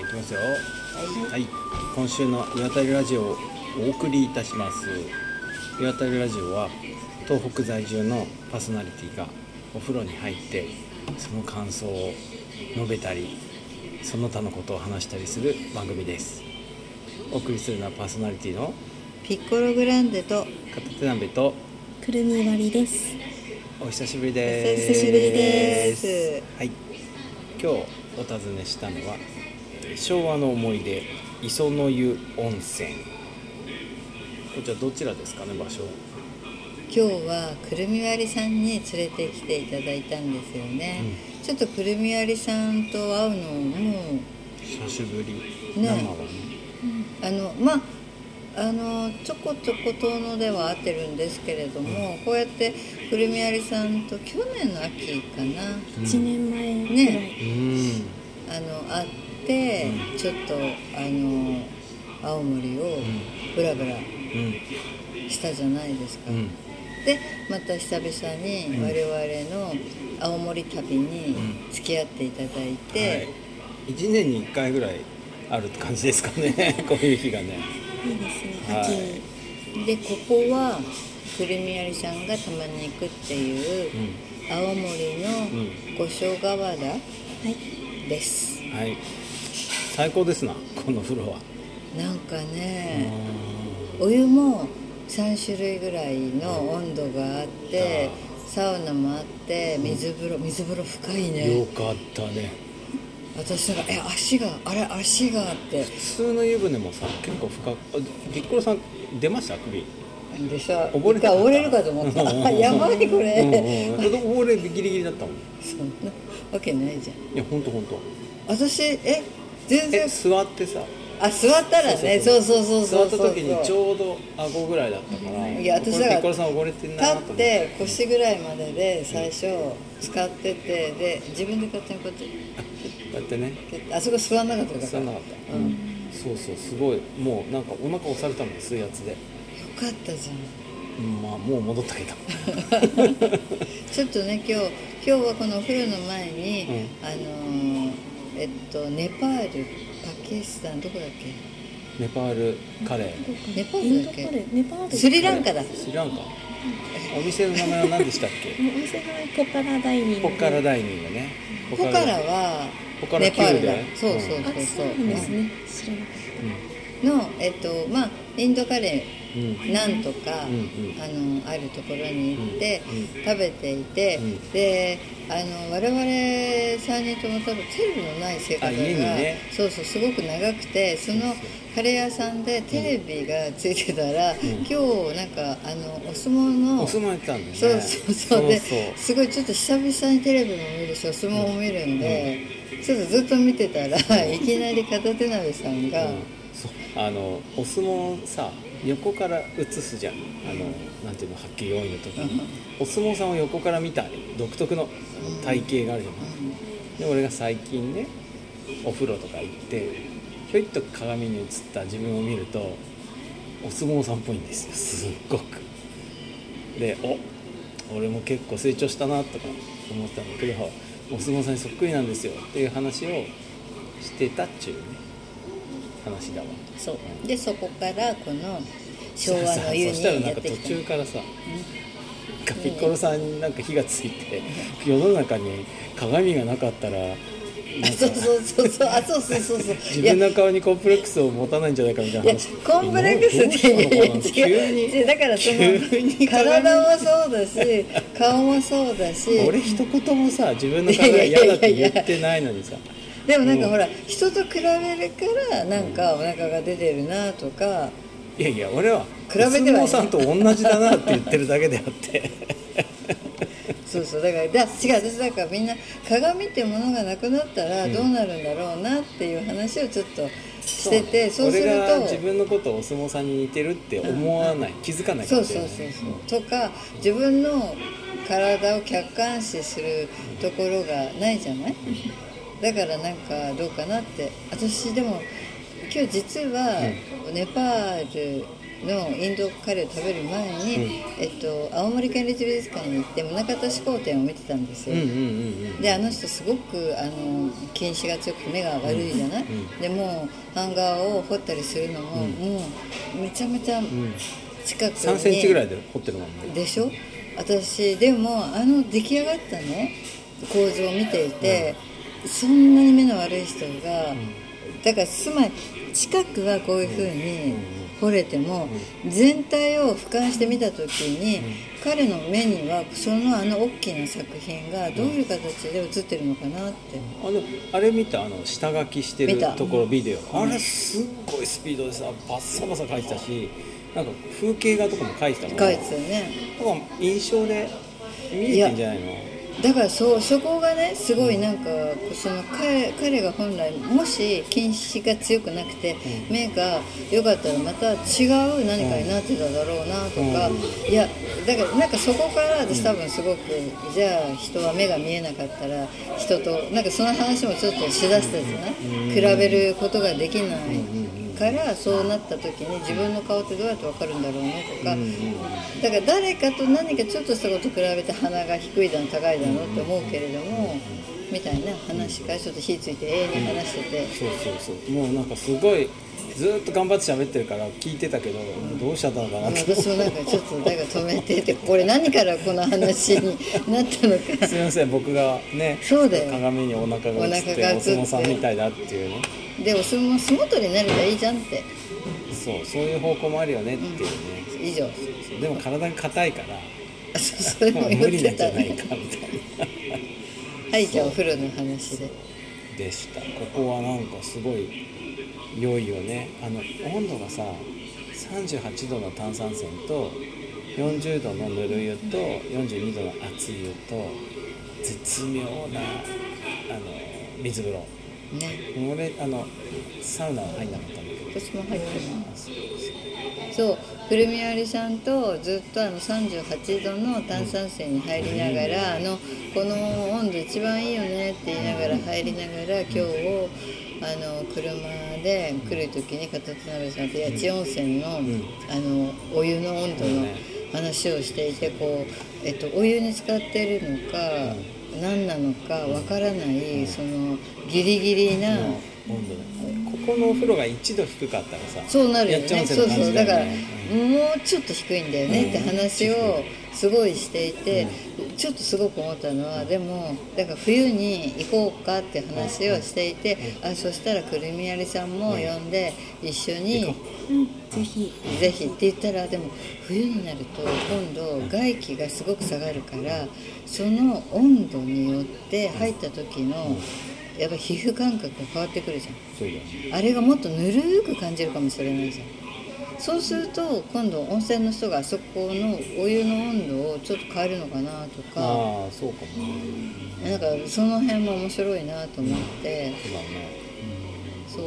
きますよ。はい、今週の岩谷ラジオをお送りいたします。岩谷ラジオは東北在住のパーソナリティがお風呂に入ってその感想を述べたりその他のことを話したりする番組です。お送りするのはパーソナリティのピッコログランデと片手鍋とくるみ割りです。 お久しぶりです。 お久しぶりです。 はい、今日お尋ねしたのは昭和の思い出磯の湯温泉。こちらどちらですかね、場所。 今日はくるみ割りさんに連れてきていただいたんですよね、ちょっとくるみ割りさんと会うのも久しぶり、 ね、 生はね、 ちょこちょこ遠野では会ってるんですけれども、こうやってくるみ割りさんと去年の秋かな、 1年前ぐらい、 会ってちょっと青森をブラブラしたじゃないですか、でまた久々に我々の青森旅に付き合っていただいて、 1年に1回ぐらいあるって感じですかねこういう日がね。 いいですね、秋に、 でここはくるみ割りさんがたまに行くっていう、青森の五所川原です、 最高ですな、この風呂は。 なんかね、お湯も3種類ぐらいの温度があって、サウナもあって、水風呂深いね。 よかったね。 私が足がって普通の湯船もさ結構深く、ピッコロさん出ました？首でさ、 溺れるかと思ったやばいこれ、 溺れギリギリだったもん。 そんなわけないじゃん。 いやほんと私全然座ってさ、 座ったらね、そう座った時にちょうど顎ぐらいだったから、 いや私だからピッコロさん溺れてんなと思立って腰ぐらいまでで最初使ってて、で自分で勝手にこうやってこうやってね、 あそこ座んなかったから座んなかった、そうすごい、もうなんかお腹押されたもん、水圧で。よかったじゃん。 まあもう戻ったけどちょっとね、今日はこのお風呂の前に、ネパール、パキスタン、どこだっけ、 ネパールカレー、 ネパールだっけ、 ネパール、 スリランカだ、 お店の名前は何でしたっけお店の名前ポカラダイニング。 ポカラダイニングね。 ポカラはネパールだ。そうですね、知らなかった。 のインドカレーなんとか、あるところに行って、食べていて、で我々3人とも多分テレビのない生活が、すごく長くて、そのカレー屋さんでテレビがついてたら、今日なんかお相撲のお相撲やってたんだよね。 そうですごいちょっと久々にテレビも見るしお相撲も見るんで、ちょっとずっと見てたらいきなり片手鍋さんが、 お相撲さ横から映すじゃん、なんていうの、はっきり多いの時に、お相撲さんを横から見た独特の体型があるじゃん、で俺が最近ねお風呂とか行ってひょいっと鏡に映った自分を見るとお相撲さんっぽいんですよ、すっごく。で俺も結構成長したなとか思ったんだけど、お相撲さんにそっくりなんですよっていう話をしてたっちゅうね話だわ。 そうで、そこからこの昭和の湯にやってきた。 途中からさ、ピッコロさんになんか火がついて、世の中に鏡がなかったらそう自分の顔にコンプレックスを持たないんじゃないかみたいな話。 コンプレックスって急にだからその体もそうだし顔もそうだし、 俺一言もさ自分の体が嫌だって言ってないのにさ、 でもなんかほら人と比べるからなんかお腹が出てるなとか、 いや俺は比べてはお相撲さんと同じだなって言ってるだけであってそうだから私だからみんな鏡っていうものがなくなったらどうなるんだろうなっていう話をちょっとしてて、そうすると俺が自分のことをお相撲さんに似てるって思わない、気づかないかもしれない。 とか自分の体を客観視するところがないじゃない。だからなんかどうかなって。私でも今日実はネパールのインドカレーを食べる前に、青森県立美術館に行って宗像志功展を見てたんですよ、であの人すごく近視が強くて目が悪いじゃない、でもう版画を彫ったりするのも、もうめちゃめちゃ近くに 3センチぐらいで彫ってるもんね。 でしょ。私でも出来上がったね構図を見ていて、そんなに目の悪い人が、だからつまり近くはこういうふうに彫れても、全体を俯瞰して見た時に、彼の目にはその大きな作品がどういう形で映ってるのかなって、 あれ見た下書きしてるところビデオ、あれすっごいスピードでさバッサバサ描いてたし、なんか風景画とかも描いてたもん描いてたよね。 だから印象で見えてんじゃないの。 だからそこがねすごいなんか、その彼が本来もし近視が強くなくて、目が良かったらまた違う何かになってただろうなとか、いやだからなんかそこから私多分すごく、じゃあ人は目が見えなかったら人となんかその話もちょっとしだしたじゃない、比べることができないから、そうなった時に自分の顔ってどうやって分かるんだろうねとか、だから誰かと何かちょっとしたこと比べて鼻が低いだの高いだのって思うけれども、みたいな話からちょっと火ついて永遠に話してて、 そうもうなんかすごいずっと頑張って喋ってるから聞いてたけど、どうしちゃったのかなって。 私もなんかちょっとだから止めてて、これ何からこの話になったのかすいません、僕がね、 そうだよ、 鏡にお腹が映ってお相撲さんみたいだっていうね。 でお相撲取りになればいいじゃんって、 そういう方向もあるよねっていうね、 以上。 でも体が硬いからそれも無理なんじゃないかみたいなはいじゃあお風呂の話でした。ここはなんかすごい良いよね。温度がさ38度の炭酸泉と40度のぬる湯と42度の熱い湯と絶妙な水風呂ね。俺サウナは入んなかったんだけど、 私も入ってます。そう、くるみ割りさんとずっと38度の炭酸泉に入りながら、この温度一番いいよねって言いながら入りながら、今日車で来る時に片手鍋さんと八千温泉の、お湯の温度の話をしていて、お湯に使っているのか、何なのかわからない、そのギリギリな温度だ。ここのお風呂が1度低かったらさ、 そうなるよね。そうだから、もうちょっと低いんだよねって話をすごいしていて、ちょっとすごく思ったのは、でもだから冬に行こうかって話をしていて、そしたらくるみ割りさんも呼んで一緒に、ぜひって言ったら、でも冬になると今度外気がすごく下がるから、その温度によって入った時のやっぱ皮膚感覚が変わってくるじゃん。 そうだね。 あれがもっとぬるく感じるかもしれないじゃん。そうすると今度温泉の人があそこのお湯の温度をちょっと変えるのかなとか、 そうかもね。 なんかその辺も面白いなと思って、 そうだね。 そう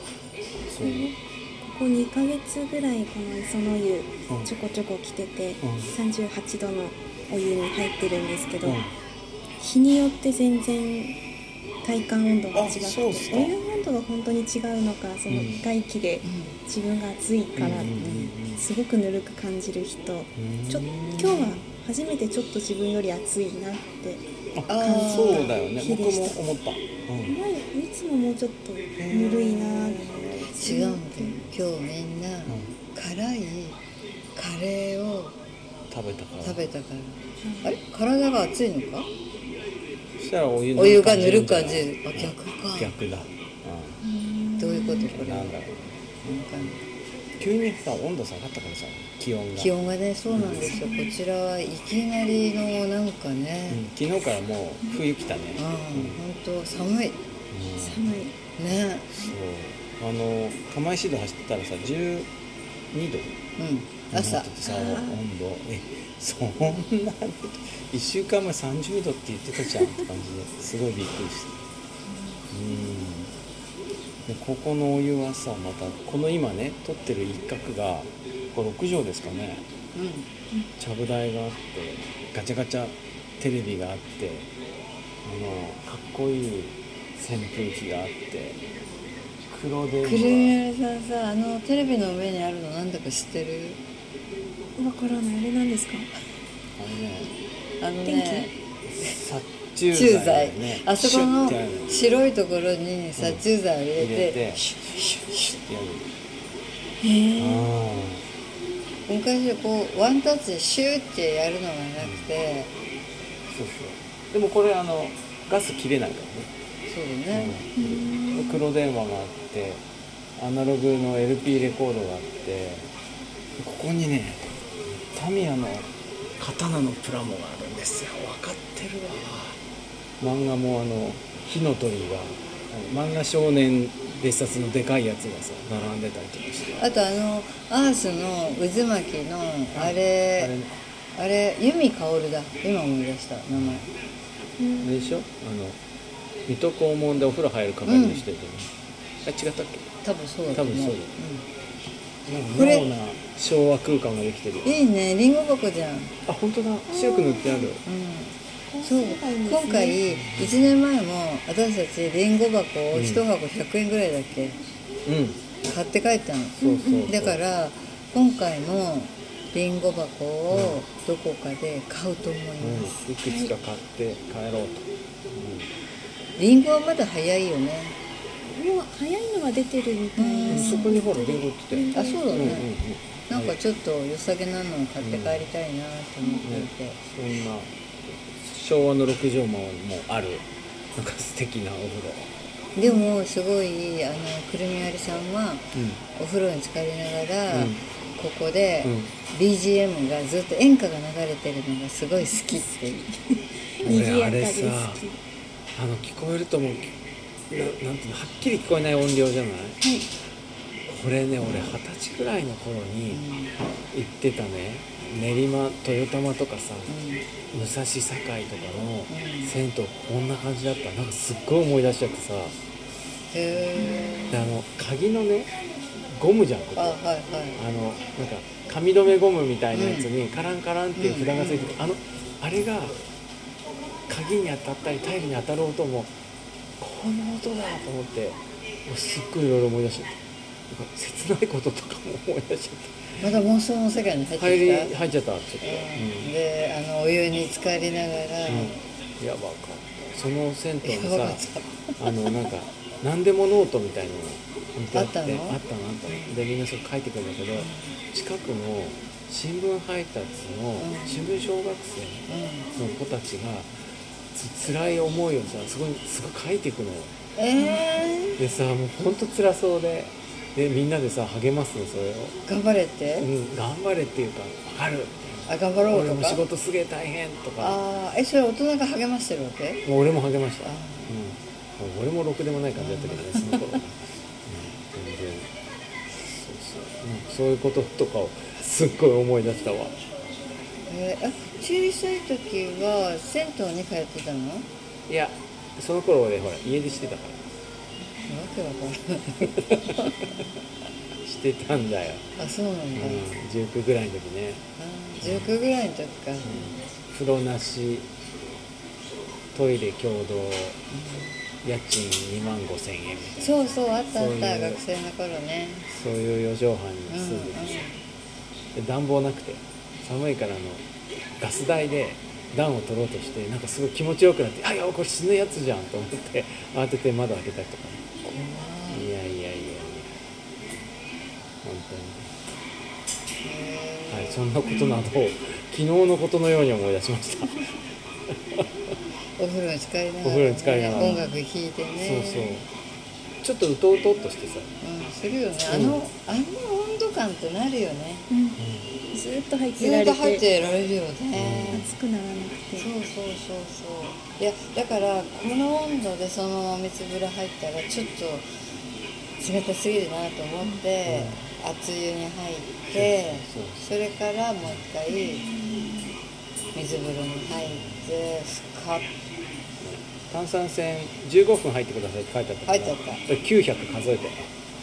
ここ2ヶ月ぐらいこの磯の湯ちょこちょこ来てて、38度のお湯に入ってるんですけど、日によって全然体感温度が違って、お湯の温度が本当に違うのか、その外気で自分が暑いからすごくぬるく感じる人、今日は初めてちょっと自分より暑いなって感じそうだよね。 た日でした。 僕も思った。 いつももうちょっとぬるいなって。 違うんだよ。今日みんな辛いカレーを食べたから、 あれ体が熱いのか。 そしたらお湯がぬるく感じる。 逆だ。 どういうことこれ。 なんだろう。急にさ温度下がったからさ、気温がね。そうなんですよ。こちらはいきなりのなんかね、昨日からもう冬来たね。 本当寒いね。 そう釜石道走ってたらさ12度朝温度そんな1週間前30度って言ってたじゃんって感じですごいびっくりした。でここのお湯はさ、またこの今ね撮ってる一角がこれ6畳ですかね。ちゃぶ台があってガチャガチャテレビがあってかっこいい扇風機があって黒電話クルミさんさ、テレビの上にあるのなんだか知ってる？ わからない。あれなんですか？ あのね殺虫虫剤だよ剤、 ね。 あそこのシュッてやるの白いところに殺虫剤を入れ入れて、 てシュッシュッシュッってやる。 へえ。 昔はこうワンタッチでシューってやるのがなくて、 そうそう。でもこれガス切れないからね。 そうだね、 黒電話があってアナログの LP レコードがあって、ここにねタミヤの刀のプラモがあるんですよ。分かってるわ。漫画も火の鳥が漫画少年別冊のでかいやつがさ並んでたりとかして、 あとアースの渦巻きのあれ由美かおるだ、今思い出した名前。 あれでしょ、水戸黄門でお風呂入る係の人やけど、あ違ったっけ？ 多分そうだと思う。 多分そうだ、 これ妙な昭和空間ができてるよ。 いいね、リンゴ箱じゃん。 あ、本当だ、白く塗ってある。 そう今回1年前も私たちリンゴ箱を1箱100円ぐらいだっけ、買って帰ったの。 そうそうだから今回もリンゴ箱をどこかで買うと思います、 いくつか買って帰ろうと、 リンゴはまだ早いよね。 もう早いのは出てるみたいです。 そこにほらリンゴって言ってあ、そうだね、なんかはいちょっと良さげなのを買って帰りたいなと思っていて、 そんな昭和の6畳間もあるなんか素敵なお風呂。 でもすごいくるみありさんはお風呂に浸かりながら、ここで BGM がずっと演歌が流れてるのがすごい好きっていう俺あれさ聞こえると思う、なんていうの、はっきり聞こえない音量じゃない、これね、俺20歳くらいの頃に行ってたね、練馬豊玉とかさ、武蔵境とかの銭湯、こんな感じだった。なんかすっごい思い出しちゃってさ、で鍵のねゴムじゃん、ここ。 はいはい、 なんか紙留めゴムみたいなやつにカランカランっていう札がついてて、あれが鍵に当たったりタイルに当たる音もこの音だと思って、もうすっごいいろいろ思い出しちゃった。なんか切ないこととかも思い出しちゃって、 まだ妄想の世界に入ってきた。 入っちゃった、ちょっと、 でお湯に浸かりながら、 やばかった。その銭湯にさなんか何でもノートみたいなの置いてあって、あったので、みんなそれ書いてくるんだけど、近くの新聞配達の新聞小学生の子たちが辛い思いをさすごい書いていくのよ。でさ、もうほんと辛そうでみんなでさ励ますの、それを頑張れって、 頑張れっていうか、分かる、 頑張ろうとか、 俺も仕事すげえ大変とか。 それ大人が励ましてるわけ？ もう俺も励ました。俺もろくでもない感じだったけどね、その頃は。全然そういうこととかをすっごい思い出したわ。 小さい時は銭湯に通ってたの？ いや、その頃俺ほら家出してたから。 わけわからないしてたんだよ。 そうなんだ。 19ぐらいの時ね。 19ぐらいの時か。 風呂なし、トイレ共同、家賃25,000円みたいな。 そうそう、あったあった、学生の頃ね。 そういう4畳半に住んでてさ、で暖房なくて寒いからガス台で暖を取ろうとして、なんかすごい気持ちよくなって、いやこれ死ぬやつじゃんと思って慌てて窓開けたりとかね。いや本当に、そんなことなどを昨日のことのように思い出しましたお風呂に浸かりながら、音楽聴いてね。 ちょっとうとうとっとしてさ、 するよね。あの温度感ってなるよね。 ずっと入ってられるよね。 熱くならなくて。 そう。いやだからこの温度でそのまま水風呂入ったらちょっと冷たすぎるなと思って、熱湯に入ってそれからもう一回水風呂に入ってスカッ。 炭酸泉15分入ってくださいって書いてあったから、900数えて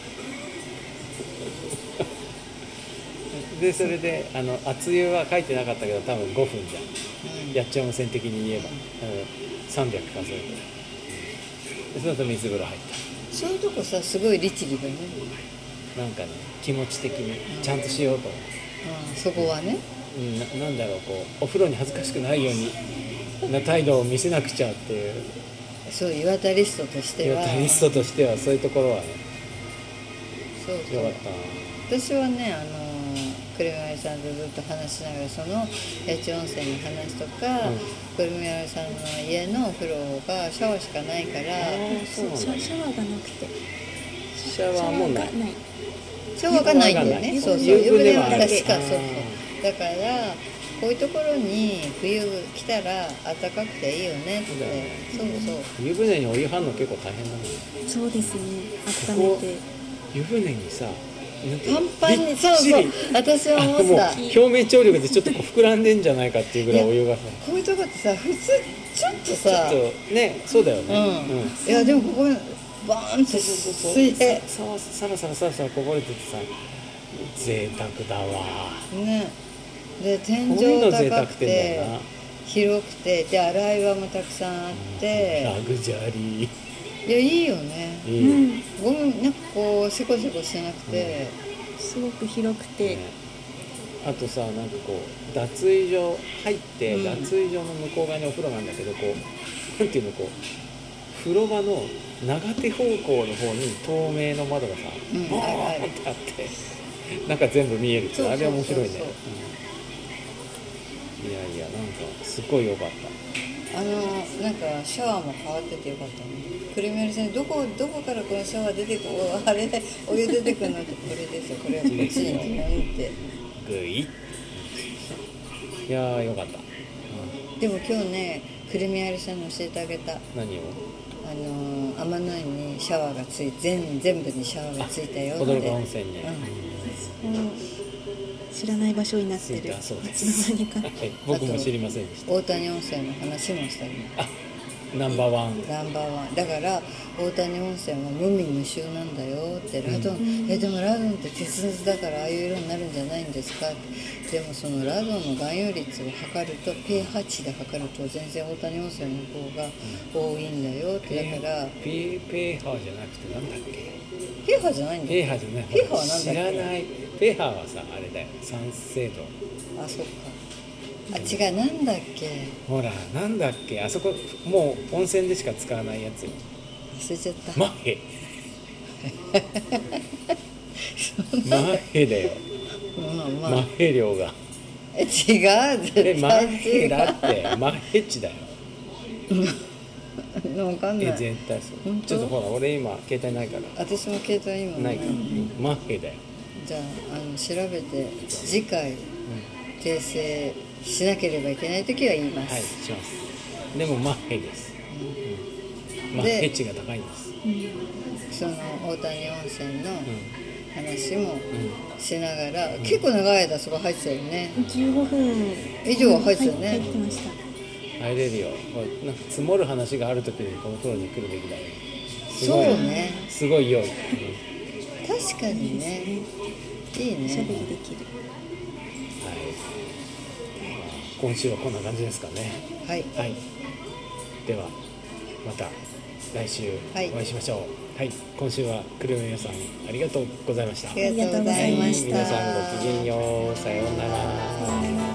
でそれで熱湯は書いてなかったけど多分5分じゃん、やっちゃ温泉的に言えば、300数えて、でその後水風呂入った。 そういうとこさすごい律儀だね。 なんかね気持ち的にちゃんとしようと、 そこはね、 なんだろう、こうお風呂に恥ずかしくないようにな態度を見せなくちゃっていう。 そう岩田リストとしては、 岩田リストとしてはそういうところはね、 そうよかったな。 私はねくるみ割りさんとずっと話しながら、その八千温泉の話とか、くるみ割りさんの家のお風呂がシャワーしかないから、 シャワーがなくて、 シャワーもない、 シャワーがないんだよね。そうそう、湯船は確か、そうそう。だからこういうところに冬来たら暖かくていいよねって。そうそう。 湯船にお湯張るの結構大変だね。 そうですね。温めて。 湯船にさ、 パンパンに、そうそう。私は思った。もう表面張力でちょっとこう膨らんでんじゃないかっていうぐらいお湯がさ。 こういうとこってさ、普通ちょっとさ、 ちょっとね、そうだよね。 いやでもここバーンって水平、 さらさらこぼれててさ、贅沢だわ。 ね。で天井高くて広くて、で洗い場もたくさんあって、 ラグジュアリー。 いやいいよね。ゴミなんかこうせこせこしてなくて、 すごく広くて、 あとさ、なんかこう脱衣所入って、脱衣所の向こう側にお風呂なんだけど、こうなんていうの、こう風呂場の長手方向の方に透明の窓がさ、ボーンってあって、中全部見えるって、あれは面白いね。いやいや、なんかすごい良かった。 なんかシャワーも変わっててよかったね。くるみ割りさん、どこからこのシャワー出てくる、あれお湯出てくるのって、これですよ、これはこっちにギュンってグイッ。いやーよかった。 でも今日ね、くるみ割りさんに教えてあげた。 何を？ 天の湯にシャワーがついて、全部にシャワーがついたよって。 驚く温泉に。 知らない場所になってる。 そうです。僕も知りませんでした。 大谷温泉の話もしたり。 ナンバーワン。 だから大谷温泉は無味無臭なんだよって。ラドン、でもラドンって鉄熱だからああいう色になるんじゃないんですかって。でもそのラドンの含有率を測ると pH 値で測ると全然大谷温泉の方が多いんだよって。だから pH じゃなくてなんだっけ、pH じゃないんだよ。 pH じゃない。 pH はなんだっけ。 知らない。pH はさ、あれだよ、酸性度。 そっか。違う、なんだっけ。 ほら、なんだっけ、あそこもう温泉でしか使わないやつ。 忘れちゃった。 マヘマヘだよ。マヘ量が。 違う、絶対違う。 マヘだってマヘ値だよ。 分かんない。 絶対そう。ちょっとほら、俺今携帯ないから。 私も携帯今ないから。マヘだよ。 じゃあ調べて次回訂正しなければいけないときは言います。 はい、します。でもマッヘです。マッヘ値が高いんです。 その大谷温泉の話もしながら、結構長い間そこ入ってたよね。 15分以上は入ってたよね。 入ってました。 入れるよ。なんか積もる話があるときにこの風呂に来るべきだよ。 そうね。 すごい良い。 確かにね。いいね。 しゃべりできる。 はい。今週はこんな感じですかね。 はい。 はい。ではまた来週お会いしましょう。はい。今週はくるみやさんありがとうございました。 ありがとうございました。 皆さんごきげんよう。さようなら。